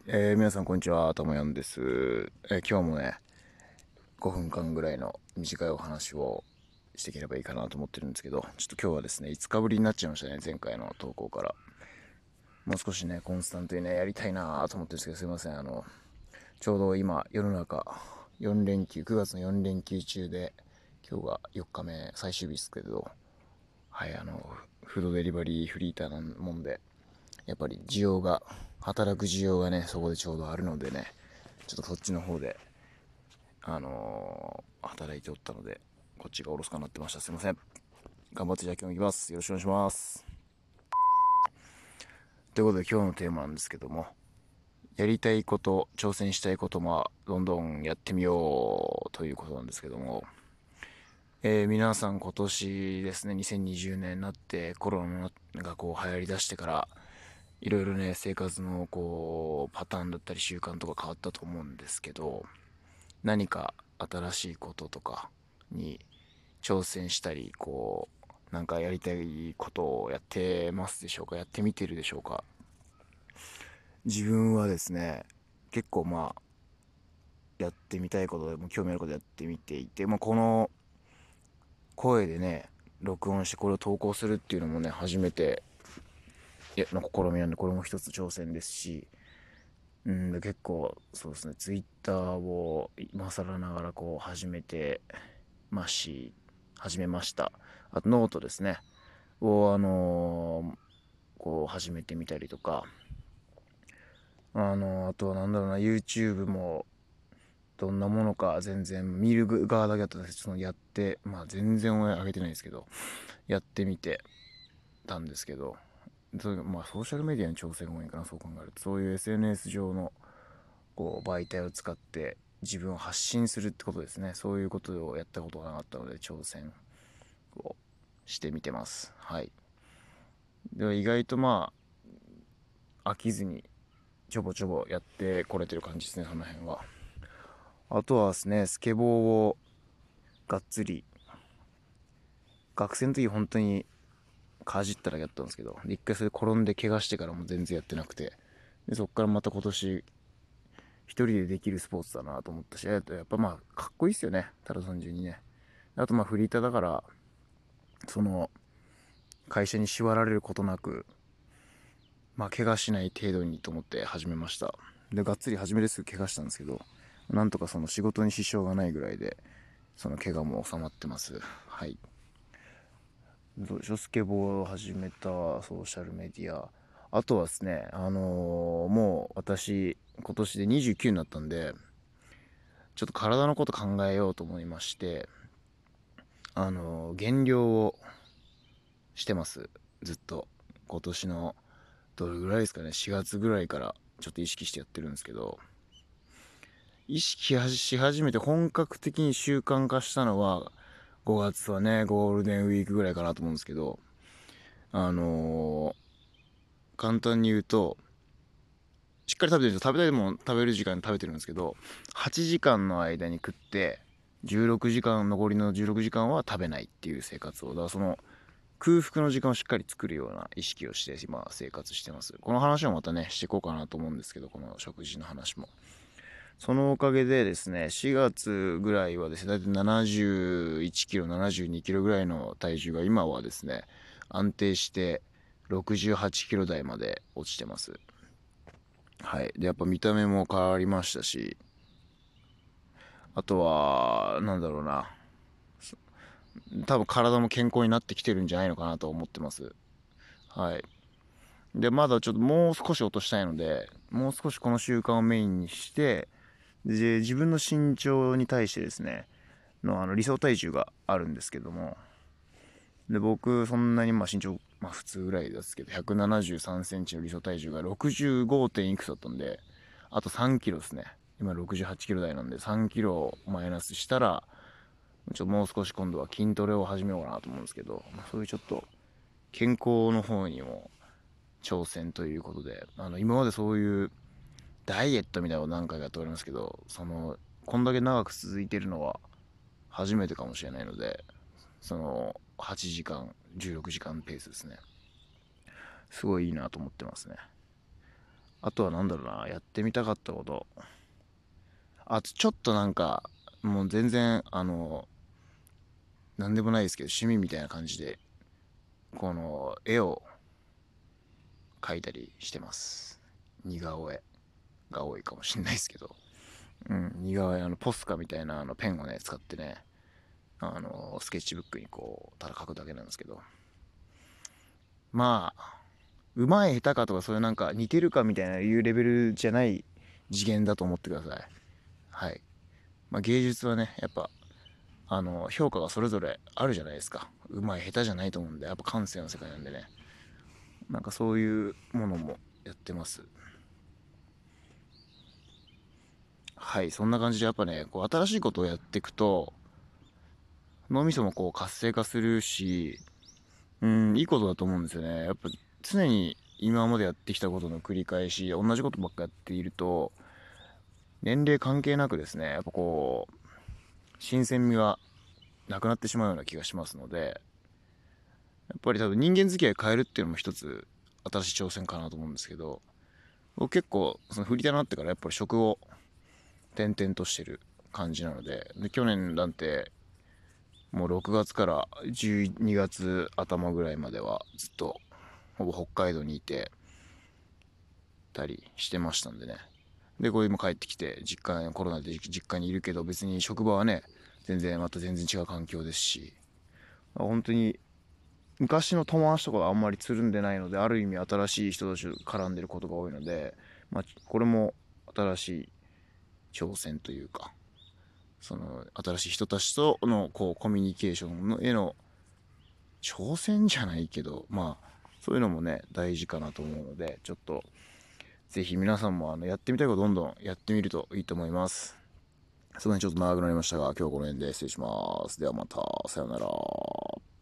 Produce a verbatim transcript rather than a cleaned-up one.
えー皆さんこんにちは、ともやんです。えー今日もね、ごふんかんぐらいの短いお話をしていければいいかなと思ってるんですけど、ちょっと今日はですね、いつかぶりになっちゃいましたね、前回の投稿から。もう少しね、コンスタントにね、やりたいなと思ってるんですけど、すいません、あの、ちょうど今、世の中、よん連休、くがつのよん連休中で、今日がよっかめ、最終日ですけど、はい、あの、フードデリバリーフリーターなもんで、やっぱり需要が、働く需要がね、そこでちょうどあるのでね、ちょっとそっちの方であのー働いておったので、こっちがおろそかになってました。すいません。頑張ってじゃあ今日も行きます。よろしくお願いします。ということで今日のテーマなんですけども、やりたいこと、挑戦したいこともどんどんやってみようということなんですけども、えー皆さん今年ですね、にせんにじゅうねんになってコロナがこう流行りだしてから、いろいろね、生活のこう、パターンだったり習慣とか変わったと思うんですけど、何か新しいこととかに挑戦したり、こう、なんかやりたいことをやってますでしょうか？やってみてるでしょうか？自分はですね、結構まあ、やってみたいことでも興味あることやってみていて、まあ、この声でね、録音してこれを投稿するっていうのもね、初めて、いや、の試みなんで、これも一つ挑戦ですし、うん、結構、そうですね、ツイッターを今更ながらこう始めてまし、始めました。あとノートですね。を、あのーこう始めてみたりとか、あのーあとはなんだろうな、YouTube もどんなものか全然見る側だけだったんですけど、そのやって、まあ全然上げてないですけど、やってみてたんですけど、そういうまあソーシャルメディアの挑戦が多いかな、そう考えると。そういう エスエヌエス 上のこう媒体を使って自分を発信するってことですね。そういうことをやったことがなかったので、挑戦をしてみてます。はい。で、意外とまあ飽きずにちょぼちょぼやってこれてる感じですね、その辺は。あとはですね、スケボーをがっつり、学生の時本当にかじったらやったんですけど、で一回それで転んで怪我してからも全然やってなくて、でそっからまた今年一人でできるスポーツだなと思ったし、やっぱまあかっこいいっすよね、ただ単純にね。あとまあフリーターだから、その会社に縛られることなく、まあ怪我しない程度にと思って始めました。でがっつり始めですぐ怪我したんですけど、なんとかその仕事に支障がないぐらいでその怪我も収まってます。はい。どうでしょう、スケボーを始めたソーシャルメディア。あとはですね、あのーもう私今年でにじゅうきゅうになったんで、ちょっと体のこと考えようと思いまして、あのー減量をしてます。ずっと今年のどれぐらいですかね、しがつぐらいからちょっと意識してやってるんですけど、意識し始めて本格的に習慣化したのはごがつはね、ゴールデンウィークぐらいかなと思うんですけど、あのー簡単に言うと、しっかり食べてるんですよ。食べたいもん食べる時間に食べてるんですけど、はちじかんの間に食ってじゅうろくじかん、残りのじゅうろくじかんは食べないっていう生活を、だからその空腹の時間をしっかり作るような意識をして今生活してます。この話をまたねしていこうかなと思うんですけど、この食事の話も。そのおかげでですね、しがつぐらいはですね、だいたいななじゅういちキロ、ななじゅうにキロぐらいの体重が今はですね、安定してろくじゅうはちキロ台まで落ちてます。はい。で、やっぱ見た目も変わりましたし、あとは、なんだろうな、多分体も健康になってきてるんじゃないのかなと思ってます。はい。で、まだちょっともう少し落としたいので、もう少しこの習慣をメインにして、で、自分の身長に対してですね、のあの理想体重があるんですけども、で僕そんなにまあ身長、まあ、普通ぐらいですけどひゃくななじゅうさんセンチの理想体重がろくじゅうご. 点いくつだったんで、あとさんキロですね。今ろくじゅうはちキロ台なんでさんキロマイナスしたら、ちょっともう少し今度は筋トレを始めようかなと思うんですけど、まあ、そういうちょっと健康の方にも挑戦ということで、あの今までそういうダイエットみたいなのを何回かやっておりますけど、そのこんだけ長く続いてるのは初めてかもしれないので、そのはちじかんじゅうろくじかんペースですね、すごいいいなと思ってますね。 あとはなんだろうな、やってみたかったこと。あとちょっとなんか、もう全然、あの、なんでもないですけど、趣味みたいな感じで、この絵を描いたりしてます。似顔絵が多いかもしれないですけど。うん、似顔絵、あの、ポスカみたいなあのペンをね、使ってね、あの、スケッチブックにこう、ただ描くだけなんですけど。まあ、うまい下手かとかそういうなんか似てるかみたいないうレベルじゃない次元だと思ってください。はい。まあ、芸術はね、やっぱ、あの、評価がそれぞれあるじゃないですか。うまい下手じゃないと思うんで、やっぱ感性の世界なんでね。なんかそういうものもやってます。はい、そんな感じでやっぱね、こう新しいことをやっていくと、脳みそもこう活性化するし、うん、いいことだと思うんですよね。やっぱ常に今までやってきたことの繰り返し、同じことばっかやっていると、年齢関係なくですね、やっぱこう、新鮮味がなくなってしまうような気がしますので、やっぱり多分人間付き合い変えるっていうのも一つ新しい挑戦かなと思うんですけど、僕結構その振り手になってからやっぱり職を転々としてる感じなので、で去年なんてもうろくがつからじゅうにがつ頭ぐらいまではずっとほぼ北海道にいてたりしてましたんでね。でこう今帰ってきて実家、コロナで実家にいるけど、別に職場はね全然また全然違う環境ですし、本当に昔の友達とかがあんまりつるんでないので、ある意味新しい人たちと絡んでることが多いので、まあ、これも新しい挑戦というか、その新しい人たちとのこうコミュニケーションのへの挑戦じゃないけど、まあそういうのもね大事かなと思うので、ちょっとぜひ皆さんもあのやってみたいことどんどんやってみるといいと思います。そんなにちょっと長くなりましたが、今日はこの辺で失礼します。ではまた、さようなら。